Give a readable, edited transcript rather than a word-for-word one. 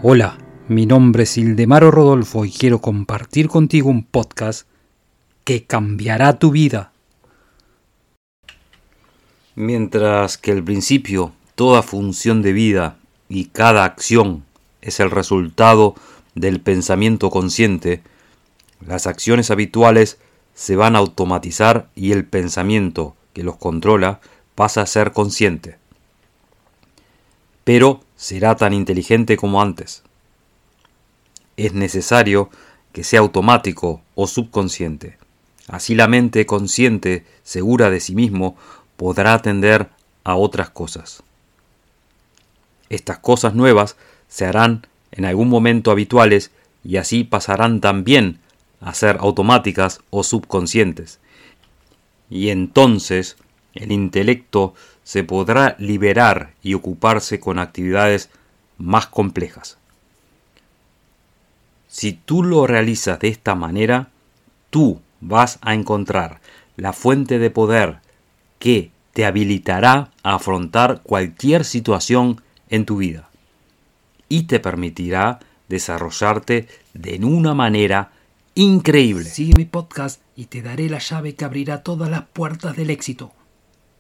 Hola, mi nombre es Ildemaro Rodolfo y quiero compartir contigo un podcast que cambiará tu vida. Mientras que al principio toda función de vida y cada acción es el resultado del pensamiento consciente, las acciones habituales se van a automatizar y el pensamiento que los controla pasa a ser consciente. Pero será tan inteligente como antes. Es necesario que sea automático o subconsciente. Así la mente consciente, segura de sí mismo, podrá atender a otras cosas. Estas cosas nuevas se harán en algún momento habituales y así pasarán también a ser automáticas o subconscientes. Y entonces el intelecto se podrá liberar y ocuparse con actividades más complejas. Si tú lo realizas de esta manera, tú vas a encontrar la fuente de poder que te habilitará a afrontar cualquier situación en tu vida y te permitirá desarrollarte de una manera increíble. Sigue mi podcast y te daré la llave que abrirá todas las puertas del éxito.